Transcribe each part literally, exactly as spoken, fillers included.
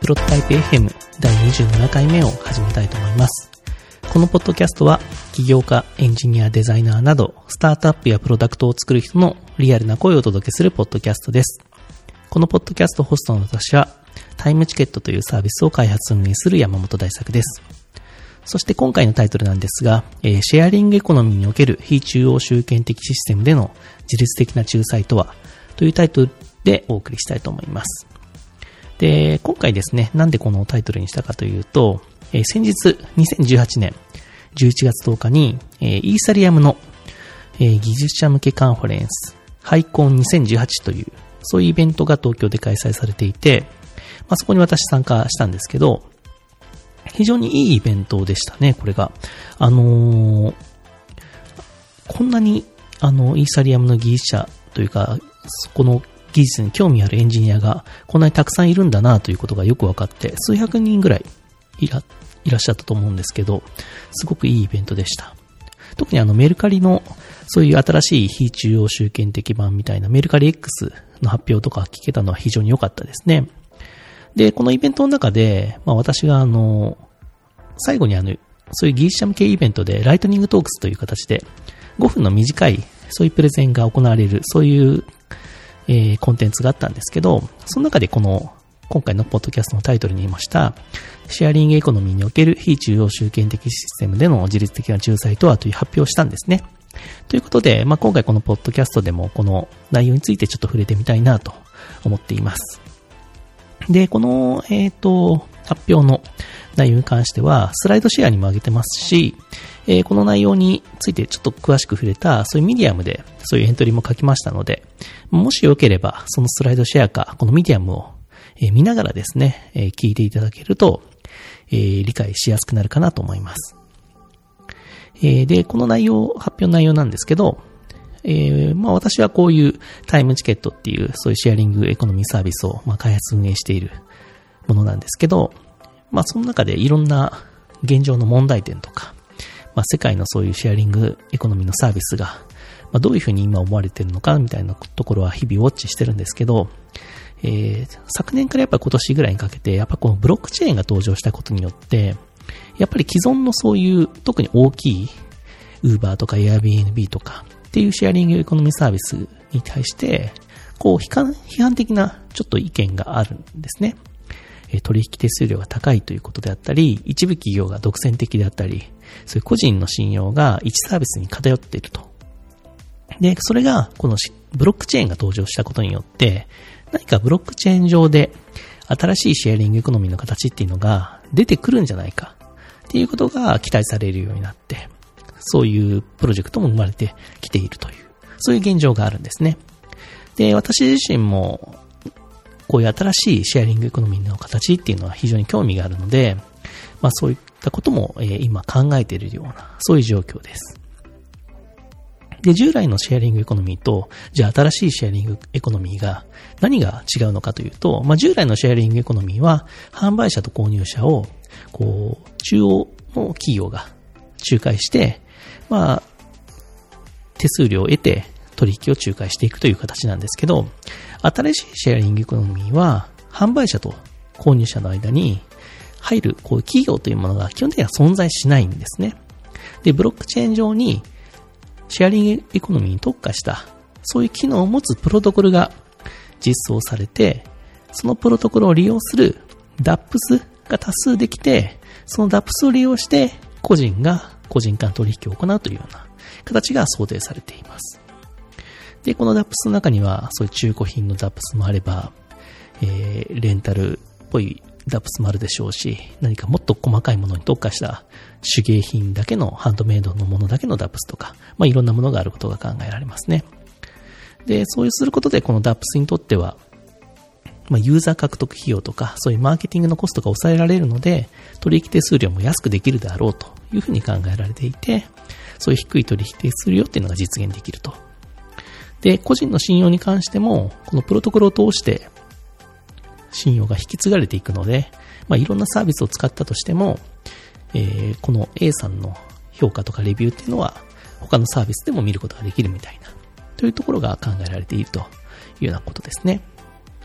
プロトタイプ エフエム だいにじゅうななかいめを始めたいと思います。このポッドキャストは起業家、エンジニア、デザイナーなどスタートアップやプロダクトを作る人のリアルな声をお届けするポッドキャストです。このポッドキャストホストの私はタイムチケットというサービスを開発運営する山本大作です。そして今回のタイトルなんですが、えー、シェアリングエコノミーにおける非中央集権的システムでの自律的な仲裁とはというタイトルでお送りしたいと思います。で、今回ですね、なんでこのタイトルにしたかというと、えー、先日にせんじゅうはちねんじゅういちがつとおかに、えー、イーサリアムの、えー、技術者向けカンファレンスハイコンにせんじゅうはちというそういうイベントが東京で開催されていて、まあ、そこに私参加したんですけど、非常にいいイベントでしたね、これが。あのー、こんなに、あの、イーサリアムの技術者というか、そこの技術に興味あるエンジニアがこんなにたくさんいるんだなということがよく分かって、数百人ぐらいいら、いらっしゃったと思うんですけど、すごくいいイベントでした。特にあのメルカリのそういう新しい非中央集権的版みたいなメルカリ X の発表とか聞けたのは非常に良かったですね。で、このイベントの中で、まあ私があの、最後にあの、そういう技術者向けイベントでライトニングトークスという形でごふんの短いそういうプレゼンが行われる、そういう、えー、コンテンツがあったんですけど、その中でこの今回のポッドキャストのタイトルに言いましたシェアリングエコノミーにおける非中央集権的システムでの自律的な仲裁とはという発表をしたんですね。ということで、まあ、今回このポッドキャストでもこの内容についてちょっと触れてみたいなと思っています。で、この、えっと、発表の内容に関してはスライドシェアにも上げてますし、えー、この内容についてちょっと詳しく触れたそういうミディアムでそういうエントリーも書きましたので、もしよければそのスライドシェアかこのミディアムを、えー、見ながらですね、えー、聞いていただけると、えー、理解しやすくなるかなと思います。えー、で、この内容、発表の内容なんですけど、えー、まあ私はこういうタイムチケットっていうそういうシェアリングエコノミーサービスをまあ開発運営しているものなんですけど、まあその中でいろんな現状の問題点とか、まあ世界のそういうシェアリングエコノミーのサービスが、まあ、どういうふうに今思われているのかみたいなところは日々ウォッチしてるんですけど、えー、昨年からやっぱり今年ぐらいにかけてやっぱこのブロックチェーンが登場したことによってやっぱり既存のそういう特に大きい Uber とか Airbnb とかっていうシェアリングエコノミーサービスに対してこう批判的なちょっと意見があるんですね。取引手数料が高いということであったり、一部企業が独占的であったり、そういう個人の信用が一サービスに偏っていると。で、それがこのブロックチェーンが登場したことによって、何かブロックチェーン上で新しいシェアリングエコノミーの形っていうのが出てくるんじゃないかっていうことが期待されるようになって、そういうプロジェクトも生まれてきているという、そういう現状があるんですね。で、私自身もこういう新しいシェアリングエコノミーの形っていうのは非常に興味があるので、まあそういったことも、えー、今考えているような、そういう状況です。で、従来のシェアリングエコノミーと、じゃあ新しいシェアリングエコノミーが何が違うのかというと、まあ従来のシェアリングエコノミーは、販売者と購入者を、こう、中央の企業が仲介して、まあ、手数料を得て取引を仲介していくという形なんですけど、新しいシェアリングエコノミーは販売者と購入者の間に入るこう企業というものが基本的には存在しないんですね。で、ブロックチェーン上にシェアリングエコノミーに特化したそういう機能を持つプロトコルが実装されて、そのプロトコルを利用する ダップス が多数できて、その ダップス を利用して個人が個人間取引を行うというような形が想定されています。で、この ダップス の中には、そういう中古品の ダップス もあれば、えー、レンタルっぽい ダップス もあるでしょうし、何かもっと細かいものに特化した手芸品だけの、ハンドメイドのものだけの ダップス とか、まあいろんなものがあることが考えられますね。で、そうすることで、この ダップス にとっては、まあユーザー獲得費用とか、そういうマーケティングのコストが抑えられるので、取引手数料も安くできるであろうというふうに考えられていて、そういう低い取引手数料っていうのが実現できると。で、個人の信用に関しても、このプロトコルを通して信用が引き継がれていくので、まあ、いろんなサービスを使ったとしても、えー、この A さんの評価とかレビューっていうのは他のサービスでも見ることができるみたいな、というところが考えられているというようなことですね。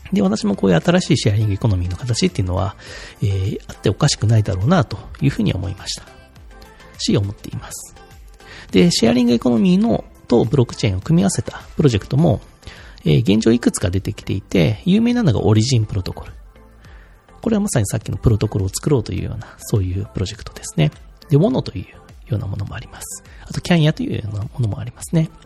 で、私もこういう新しいシェアリングエコノミーの形っていうのは、えー、あっておかしくないだろうなというふうに思いました。し、思っています。で、シェアリングエコノミーのとブロックチェーンを組み合わせたプロジェクトも、えー、現状いくつか出てきていて、有名なのがオリジンプロトコル。これはまさにさっきのプロトコルを作ろうというような、そういうプロジェクトですね。で、モノというようなものもあります。あと、キャンヤというようなものもありますね。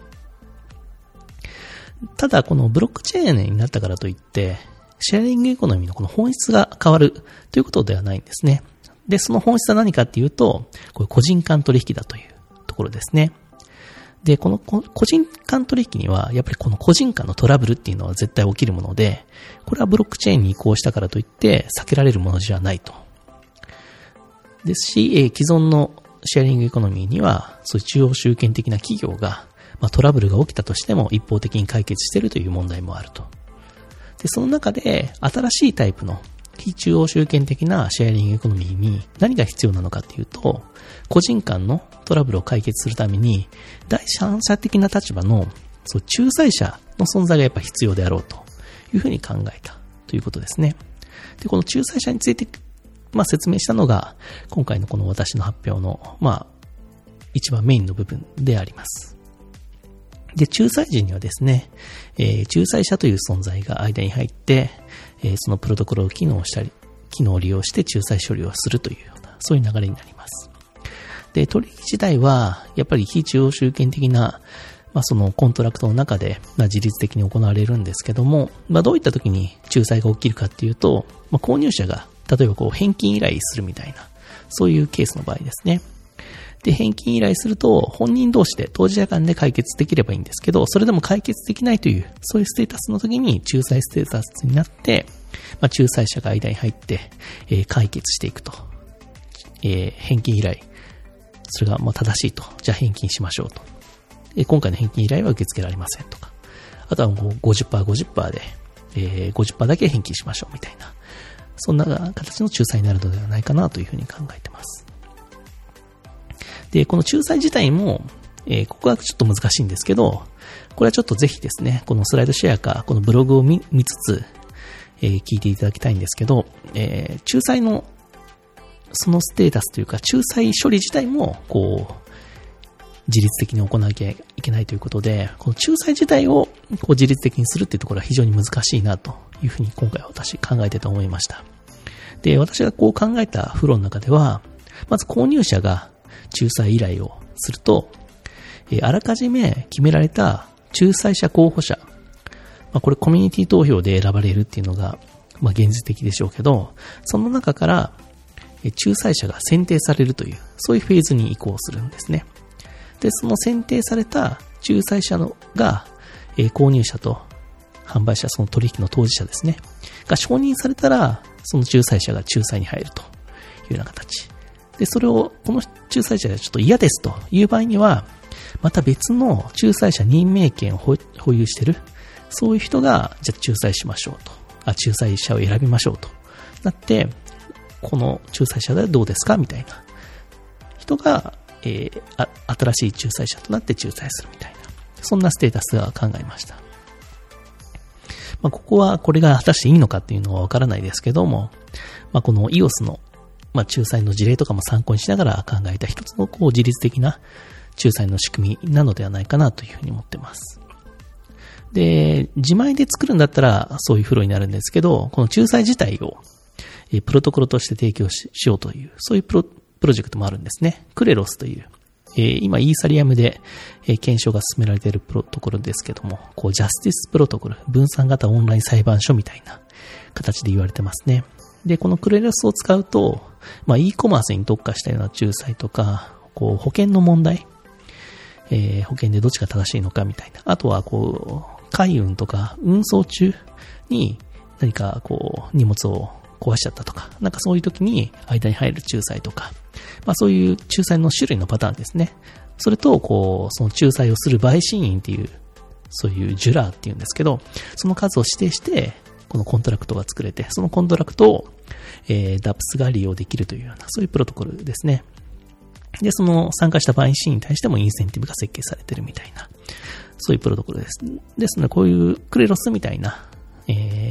ただ、このブロックチェーンになったからといって、シェアリングエコノミーのこの本質が変わるということではないんですね。で、その本質は何かっていうと、これ個人間取引だというところですね。で、この個人間取引には、やっぱりこの個人間のトラブルっていうのは絶対起きるもので、これはブロックチェーンに移行したからといって避けられるものじゃないと。ですし、えー、既存のシェアリングエコノミーには、そういう中央集権的な企業が、まあ、トラブルが起きたとしても一方的に解決しているという問題もあると。で、その中で新しいタイプの非中央集権的なシェアリングエコノミーに何が必要なのかっていうと、個人間のトラブルを解決するために第三者的な立場のそう仲裁者の存在がやっぱ必要であろうというふうに考えたということですね。で、この仲裁者について、まあ、説明したのが今回のこの私の発表の、まあ、一番メインの部分であります。で、仲裁時にはですね、えー、仲裁者という存在が間に入って、えー、そのプロトコルを機能したり、機能を利用して仲裁処理をするというような、そういう流れになります。で、取引自体は、やっぱり非中央集権的な、まあ、そのコントラクトの中で、まあ、自律的に行われるんですけども、まあ、どういった時に仲裁が起きるかっていうと、まあ、購入者が、例えばこう、返金依頼するみたいな、そういうケースの場合ですね。で、返金依頼すると、本人同士で当事者間で解決できればいいんですけど、それでも解決できないという、そういうステータスの時に仲裁ステータスになって、まあ、仲裁者が間に入って、えー、解決していくと。えー、返金依頼。それがまあ正しいと。じゃあ返金しましょうと。えー、今回の返金依頼は受け付けられませんとか。あとはもう ごじゅっパーセント、ごじゅっパーセント で、えー、ごじゅっパーセント だけ返金しましょうみたいな。そんな形の仲裁になるのではないかなというふうに考えています。で、この仲裁自体も、えー、ここはちょっと難しいんですけど、これはちょっとぜひですね、このスライドシェアか、このブログを 見, 見つつ、えー、聞いていただきたいんですけど、えー、仲裁のそのステータスというか、仲裁処理自体も、こう、自律的に行わなきゃいけないということで、この仲裁自体をこう自律的にするっていうところは非常に難しいなというふうに今回は私考えてて思いました。で、私がこう考えたフローの中では、まず購入者が仲裁依頼をすると、えー、あらかじめ決められた仲裁者候補者、まあ、これコミュニティ投票で選ばれるっていうのが、まあ、現実的でしょうけど、その中から、えー、仲裁者が選定されるという、そういうフェーズに移行するんですね。で、その選定された仲裁者のが、えー、購入者と販売者、その取引の当事者ですね、が承認されたら、その仲裁者が仲裁に入るというような形。で、それを、この仲裁者がちょっと嫌ですという場合には、また別の仲裁者任命権を保有している、そういう人が、じゃあ仲裁しましょうと。あ、仲裁者を選びましょうと。なって、この仲裁者でどうですかみたいな人が、えー、あ、新しい仲裁者となって仲裁するみたいな。そんなステータスが考えました。まあ、ここは、これが果たしていいのかっていうのはわからないですけども、まあ、この イーオーエス のまあ、仲裁の事例とかも参考にしながら考えた一つのこう自律的な仲裁の仕組みなのではないかなというふうに思っています。で、自前で作るんだったらそういうフローになるんですけど、この仲裁自体をえプロトコルとして提供 し, しようという、そういうプ ロ, プロジェクトもあるんですね。クレロスという、えー、今イーサリアムで、えー、検証が進められているプロトコルですけども、こうジャスティスプロトコル、分散型オンライン裁判所みたいな形で言われてますね。で、このクレロスを使うと、まあ、e コマースに特化したような仲裁とか、こう、保険の問題、えー、保険でどっちが正しいのかみたいな。あとは、こう、海運とか運送中に何かこう、荷物を壊しちゃったとか、なんかそういう時に間に入る仲裁とか、まあそういう仲裁の種類のパターンですね。それと、こう、その仲裁をする陪審員っていう、そういうジュラーっていうんですけど、その数を指定して、このコントラクトが作れて、そのコントラクトを、えー、ダプス が利用できるというような、そういうプロトコルですね。で、その参加した陪審員に対してもインセンティブが設計されているみたいな、そういうプロトコルです。ですので、こういうクレロスみたいな、え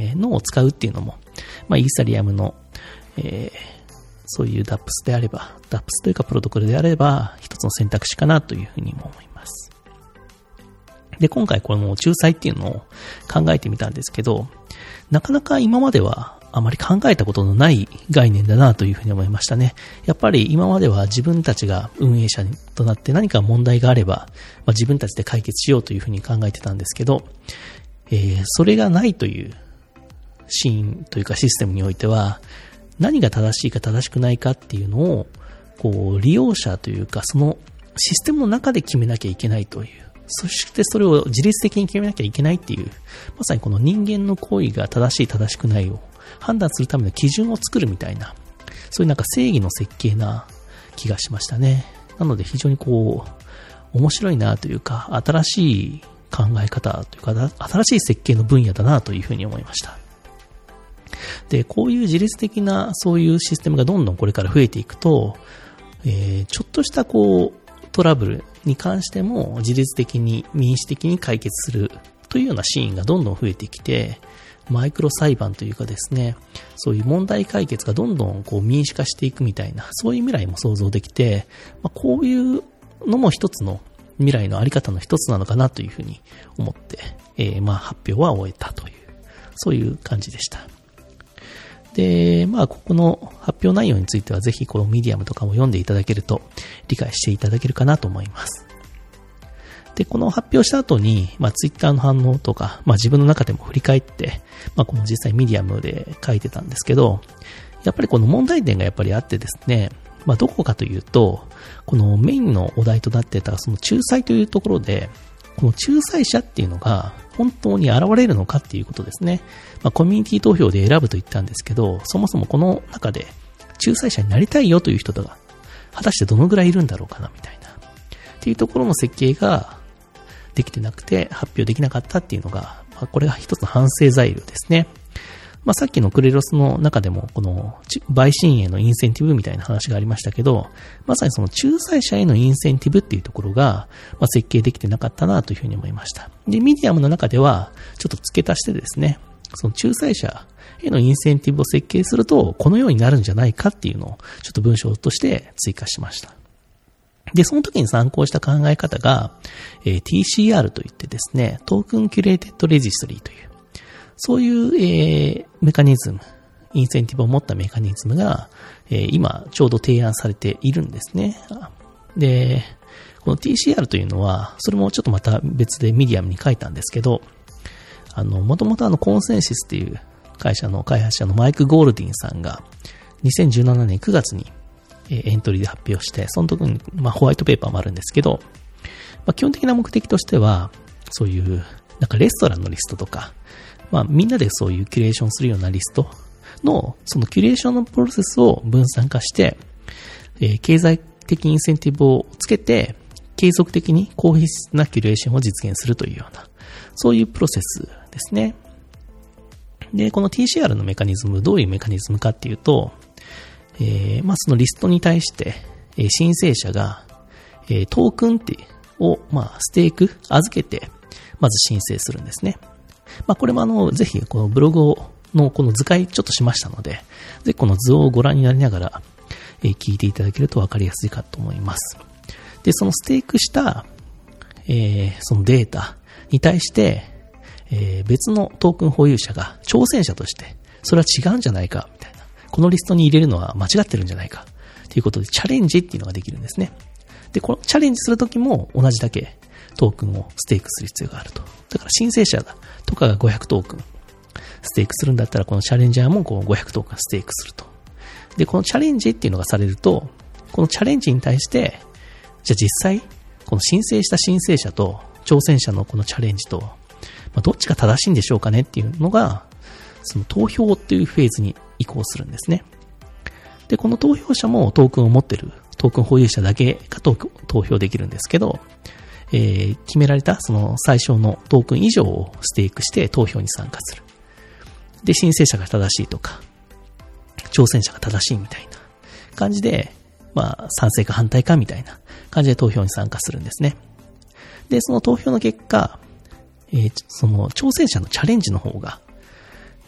えー、のを使うっていうのも、まあ、イーサリアムの、えー、そういう ダップス であれば、ダップス というかプロトコルであれば、一つの選択肢かなというふうにも思います。で、今回この仲裁っていうのを考えてみたんですけど、なかなか今まではあまり考えたことのない概念だなというふうに思いましたね。やっぱり今までは自分たちが運営者となって何か問題があれば、まあ、自分たちで解決しようというふうに考えてたんですけど、えー、それがないというシーンというかシステムにおいては、何が正しいか正しくないかっていうのを、こう利用者というかそのシステムの中で決めなきゃいけないという、そしてそれを自律的に決めなきゃいけないっていう、まさにこの人間の行為が正しい正しくないを判断するための基準を作るみたいな、そういうなんか正義の設計な気がしましたね。なので非常にこう、面白いなというか、新しい考え方というか、新しい設計の分野だなというふうに思いました。で、こういう自律的なそういうシステムがどんどんこれから増えていくと、えー、ちょっとしたこう、トラブルに関しても自律的に民主的に解決するというようなシーンがどんどん増えてきて、マイクロ裁判というかですね、そういう問題解決がどんどんこう民主化していくみたいな、そういう未来も想像できて、まあ、こういうのも一つの未来のあり方の一つなのかなというふうに思って、えー、まあ発表は終えたという、そういう感じでした。で、まあ、ここの発表内容についてはぜひこのミディアムとかも読んでいただけると理解していただけるかなと思います。で、この発表した後に、まあ、ツイッターの反応とか、まあ、自分の中でも振り返って、まあ、この実際ミディアムで書いてたんですけど、やっぱりこの問題点がやっぱりあってですね、まあ、どこかというと、このメインのお題となってたその仲裁というところで、この仲裁者っていうのが本当に現れるのかっていうことですね。まあ、コミュニティ投票で選ぶと言ったんですけど、そもそもこの中で仲裁者になりたいよという人が果たしてどのぐらいいるんだろうかなみたいなっていうところの設計ができてなくて発表できなかったっていうのが、まあ、これが一つの反省材料ですね。まあ、さっきのクレロスの中でもこの陪審へのインセンティブみたいな話がありましたけど、まさにその仲裁者へのインセンティブっていうところが、まあ、設計できてなかったなというふうに思いました。で、ミディアムの中ではちょっと付け足してですね、その仲裁者へのインセンティブを設計するとこのようになるんじゃないかっていうのをちょっと文章として追加しました。で、その時に参考した考え方が、えー、ティーシーアール といってですね、トークンキュレーテッドレジストリーという、そういう、えー、メカニズム、インセンティブを持ったメカニズムが、えー、今ちょうど提案されているんですね。で、この ティーシーアール というのは、それもちょっとまた別でミディアムに書いたんですけど、あの、もともとあのコンセンシスっていう会社の開発者のマイク・ゴールディンさんがにせんじゅうななねんくがつにエントリーで発表して、その時に、まあ、ホワイトペーパーもあるんですけど、まあ、基本的な目的としては、そういう、なんかレストランのリストとか、まあ、みんなでそういうキュレーションするようなリストの、そのキュレーションのプロセスを分散化して、えー、経済的インセンティブをつけて、継続的に高質なキュレーションを実現するというような、そういうプロセスですね。で、この ティーシーアール のメカニズム、どういうメカニズムかっていうと、えー、まあ、そのリストに対して、えー、申請者が、えー、トークンってを、まあ、ステーク、預けて、まず申請するんですね。まあ、これもあの、ぜひ、このブログを、のこの図解ちょっとしましたので、ぜひこの図をご覧になりながら、えー、聞いていただけると分かりやすいかと思います。で、そのステークした、えー、そのデータに対して、えー、別のトークン保有者が挑戦者として、それは違うんじゃないか、みたいな。このリストに入れるのは間違ってるんじゃないか、ということで、チャレンジっていうのができるんですね。で、このチャレンジするときも同じだけトークンをステークする必要があると。だから申請者とかがごひゃくトークンステークするんだったら、このチャレンジャーもこうごひゃくトークンステークすると。で、このチャレンジっていうのがされると、このチャレンジに対して、じゃあ実際、この申請した申請者と挑戦者のこのチャレンジと、まあ、どっちが正しいんでしょうかねっていうのが、その投票っていうフェーズに移行するんですね。で、この投票者もトークンを持ってる、トークン保有者だけが投票できるんですけど、えー、決められたその最小のトークン以上をステークして投票に参加する。で、申請者が正しいとか、挑戦者が正しいみたいな感じで、まあ、賛成か反対かみたいな感じで投票に参加するんですね。で、その投票の結果、えー、その挑戦者のチャレンジの方が、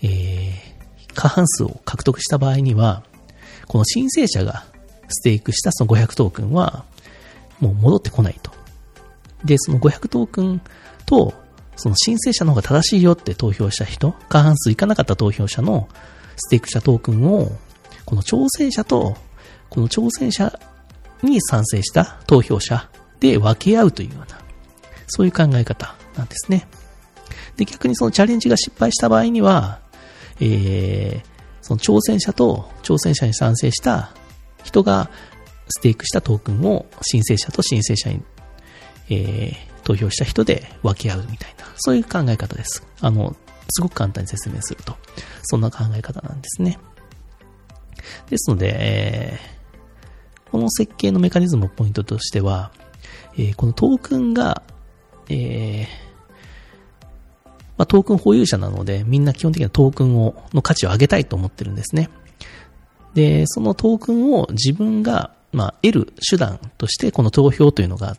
えー、過半数を獲得した場合には、この申請者がステークしたそのごひゃくトークンは、もう戻ってこないと。で、そのごひゃくトークンと、その申請者の方が正しいよって投票した人、過半数いかなかった投票者のステークしたトークンを、この挑戦者と、この挑戦者に賛成した投票者で分け合うというような、そういう考え方なんですね。で、逆にそのチャレンジが失敗した場合には、えー、その挑戦者と挑戦者に賛成した人がステークしたトークンを申請者と申請者に、えー、投票した人で分け合うみたいな、そういう考え方です。あの、すごく簡単に説明すると、そんな考え方なんですね。ですので、えー、この設計のメカニズムのポイントとしては、えー、このトークンが、えーまあ、トークン保有者なので、みんな基本的にはトークンをの価値を上げたいと思ってるんですね。で、そのトークンを自分が、まあ、得る手段としてこの投票というのがあって、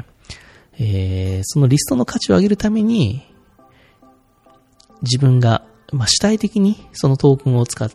えー、そのリストの価値を上げるために自分が、まあ、主体的にそのトークンを使って、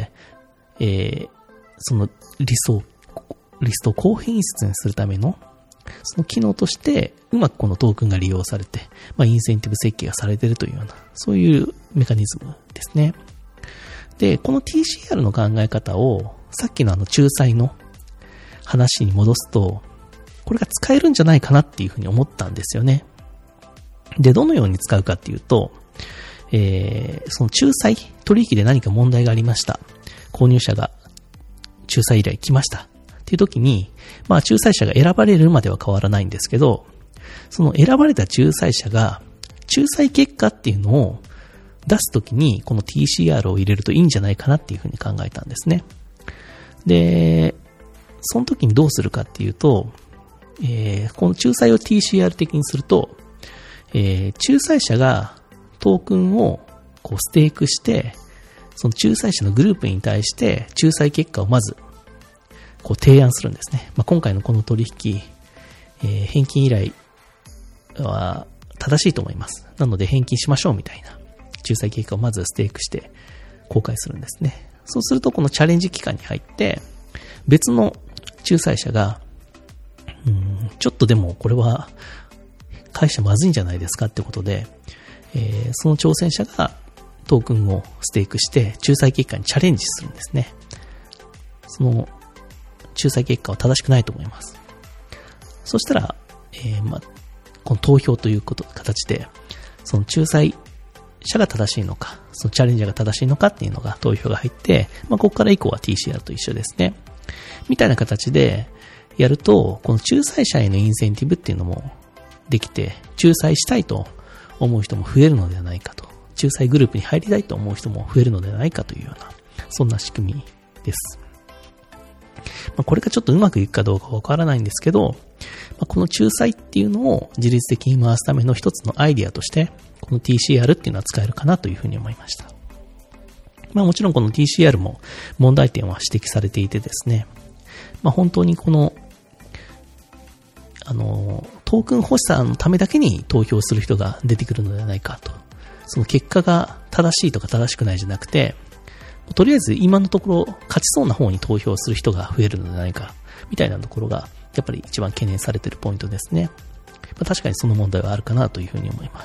えー、そのリストを、リストを高品質にするためのその機能としてうまくこのトークンが利用されて、まあ、インセンティブ設計がされているというような、そういうメカニズムですね。で、この ティーシーアール の考え方をさっきのあの仲裁の話に戻すと、これが使えるんじゃないかなっていうふうに思ったんですよね。で、どのように使うかっていうと、えー、その仲裁取引で何か問題がありました。購入者が仲裁依頼来ましたっていう時に、まあ仲裁者が選ばれるまでは変わらないんですけど、その選ばれた仲裁者が仲裁結果っていうのを出すときにこの ティーシーアール を入れるといいんじゃないかなっていうふうに考えたんですね。で、その時にどうするかっていうと、えー、この仲裁を ティーシーアール 的にすると、えー、仲裁者がトークンをこうステークして、その仲裁者のグループに対して仲裁結果をまずこう提案するんですね。まあ、今回のこの取引、えー、返金依頼は正しいと思います。なので返金しましょうみたいな仲裁結果をまずステークして公開するんですね。そうするとこのチャレンジ期間に入って別の仲裁者がうーんちょっとでもこれは会社まずいんじゃないですかってことで、えー、その挑戦者がトークンをステークして仲裁結果にチャレンジするんですね。その仲裁結果は正しくないと思います。そしたら、えーまあ、この投票ということ形でその仲裁者が正しいのか、そのチャレンジャーが正しいのかっていうのが投票が入って、まあ、ここから以降は ティーシーアール と一緒ですね。みたいな形でやると、この仲裁者へのインセンティブっていうのもできて、仲裁したいと思う人も増えるのではないかと、仲裁グループに入りたいと思う人も増えるのではないかというような、そんな仕組みです。まあ、これがちょっとうまくいくかどうかわからないんですけど、まあ、この仲裁っていうのを自律的に回すための一つのアイディアとして、この ティーシーアール っていうのは使えるかなというふうに思いました。まあもちろんこの ティーシーアール も問題点は指摘されていてですね、まあ本当にこの、あの、トークン欲しさのためだけに投票する人が出てくるのではないかと。その結果が正しいとか正しくないじゃなくて、とりあえず今のところ勝ちそうな方に投票する人が増えるのではないか、みたいなところがやっぱり一番懸念されているポイントですね。まあ、確かにその問題はあるかなというふうに思います。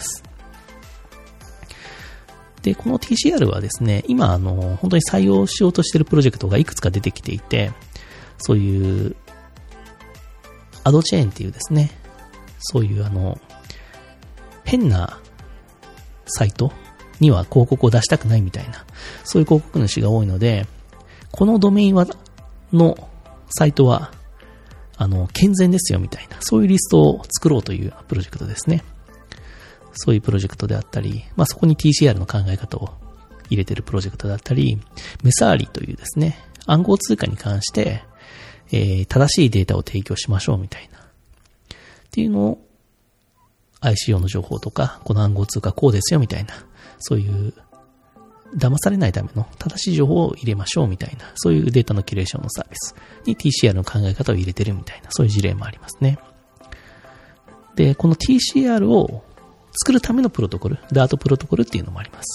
で、この ティーシーアール はですね、今あの本当に採用しようとしているプロジェクトがいくつか出てきていて、そういうアドチェーンっていうですね、そういうあの変なサイトには広告を出したくないみたいな、そういう広告主が多いので、このドメインはのサイトはあの健全ですよみたいな、そういうリストを作ろうというプロジェクトですね。そういうプロジェクトであったり、まあ、そこに ティーシーアール の考え方を入れているプロジェクトであったり、メサーリというですね、暗号通貨に関して、えー、正しいデータを提供しましょうみたいな。っていうのを アイシーオー の情報とか、この暗号通貨こうですよみたいな、そういう騙されないための正しい情報を入れましょうみたいな、そういうデータのキュレーションのサービスに ティーシーアール の考え方を入れてるみたいな、そういう事例もありますね。で、この ティーシーアール を作るためのプロトコル、ダート プロトコルっていうのもあります。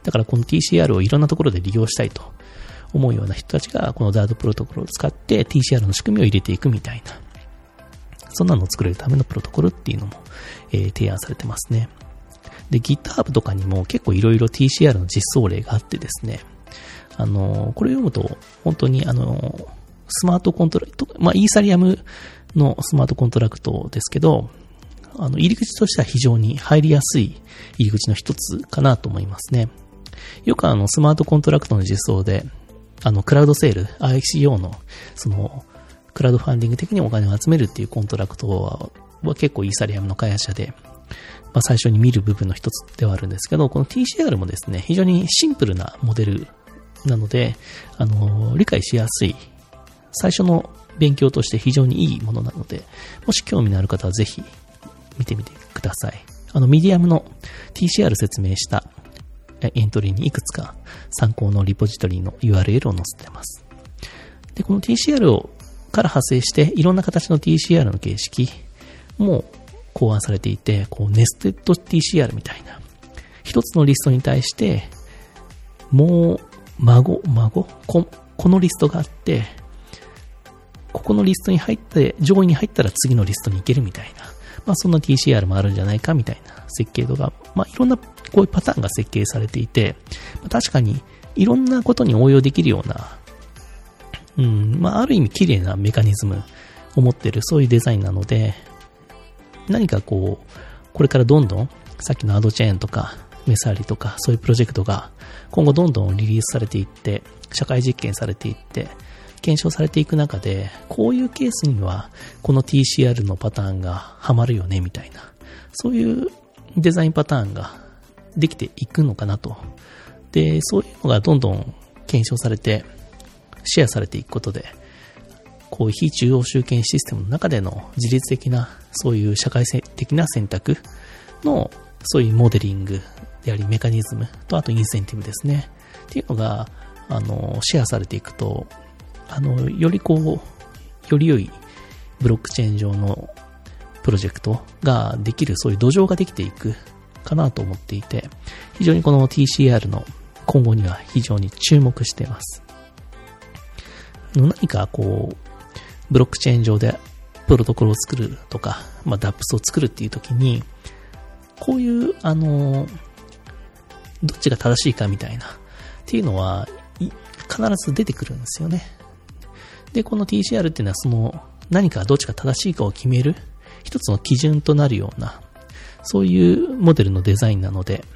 だからこの ティーシーアール をいろんなところで利用したいと思うような人たちがこの ダート プロトコルを使って ティーシーアール の仕組みを入れていくみたいな、そんなのを作れるためのプロトコルっていうのも、えー、提案されてますね。で、GitHub とかにも結構いろいろ ティーシーアール の実装例があってですね、あのー、これを読むと本当にあのー、スマートコントラクト、まあ、イーサリアムのスマートコントラクトですけど、あの、入り口としては非常に入りやすい入り口の一つかなと思いますね。よくあの、スマートコントラクトの実装で、あの、クラウドセール、アイシーオー の、その、クラウドファンディング的にお金を集めるっていうコントラクトは、は結構イーサリアムの開発者で、まあ、最初に見る部分の一つではあるんですけど、この ティーシーアール もですね、非常にシンプルなモデルなので、あの、理解しやすい、最初の勉強として非常にいいものなので、もし興味のある方はぜひ見てみてください。あの、ミディアムの ティーシーアール 説明したエントリーにいくつか参考のリポジトリの ユーアールエル を載せています。で、この ティーシーアール をから派生していろんな形の ティーシーアール の形式も考案されていて、こうネステッド ティーシーアール みたいな一つのリストに対してもう孫孫 こ, このリストがあって、ここのリストに入って上位に入ったら次のリストに行けるみたいな、まあそんな ティーシーアール もあるんじゃないかみたいな設計度が、まあいろんなこういうパターンが設計されていて、確かにいろんなことに応用できるような、うん、まあある意味綺麗なメカニズムを持っているそういうデザインなので、何かこうこれからどんどんさっきのアドチェーンとかメサーリとかそういうプロジェクトが今後どんどんリリースされていって社会実験されていって検証されていく中で、こういうケースにはこの ティーシーアール のパターンがはまるよねみたいな、そういうデザインパターンができていくのかなと。で、そういうのがどんどん検証されてシェアされていくことで、こう非中央集権システムの中での自律的なそういう社会的な選択のそういうモデリングでありメカニズムと、あとインセンティブですねっていうのがあのシェアされていくと、あのよりこうより良いブロックチェーン上のプロジェクトができる、そういう土壌ができていくかなと思っていて、非常にこの ティーシーアール の今後には非常に注目しています。何かこうブロックチェーン上でプロトコルを作るとか、まあ、ダップス を作るっていう時に、こういうあのどっちが正しいかみたいなっていうのは必ず出てくるんですよね。で、この ティーシーアール っていうのはその何かどっちが正しいかを決める一つの基準となるような、そういうモデルのデザインなので、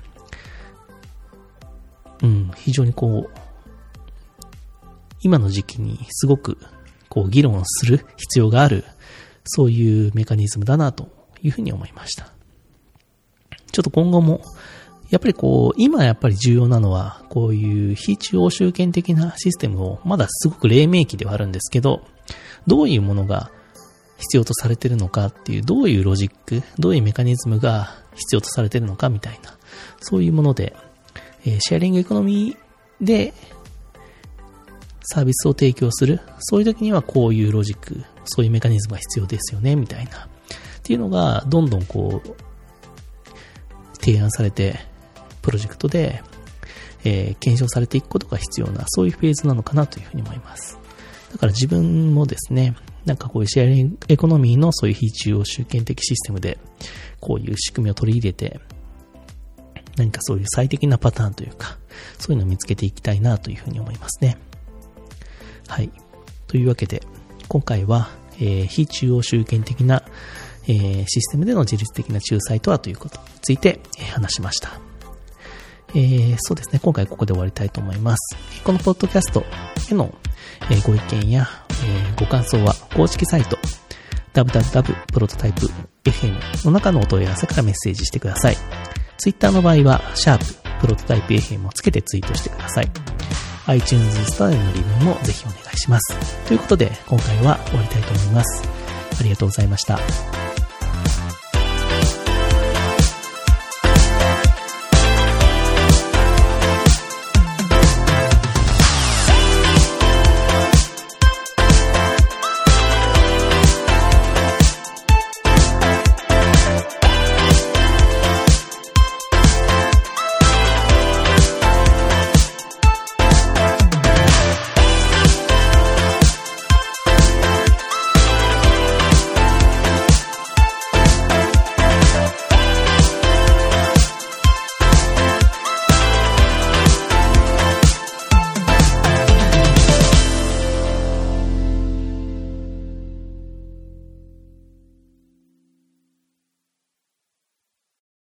うん、非常にこう今の時期にすごくこう議論をする必要がある、そういうメカニズムだなというふうに思いました。ちょっと今後もやっぱりこう今やっぱり重要なのは、こういう非中央集権的なシステムをまだすごく黎明期ではあるんですけど、どういうものが必要とされているのかっていう、どういうロジック、どういうメカニズムが必要とされているのかみたいな、そういうもので、えー、シェアリングエコノミーでサービスを提供する、そういう時にはこういうロジック、そういうメカニズムが必要ですよねみたいなっていうのがどんどんこう提案されてプロジェクトで、えー、検証されていくことが必要な、そういうフェーズなのかなというふうに思います。だから自分もですね、なんかこういうシェアリングエコノミーのそういう非中央集権的システムでこういう仕組みを取り入れて、何かそういう最適なパターンというか、そういうのを見つけていきたいなというふうに思いますね。はい。というわけで、今回は、えー、非中央集権的な、えー、システムでの自律的な仲裁とはということについて、えー、話しました。えー、そうですね。今回ここで終わりたいと思います。このポッドキャストへの、えー、ご意見や、えー、ご感想は公式サイト ダブリューダブリューダブリュー プロトタイプ エフエム の中のお問い合わせからメッセージしてください。ツイッターの場合はシャーププロトタイプ エフエム をつけてツイートしてください。iTunes ストアへのリビューもぜひお願いします。ということで今回は終わりたいと思います。ありがとうございました。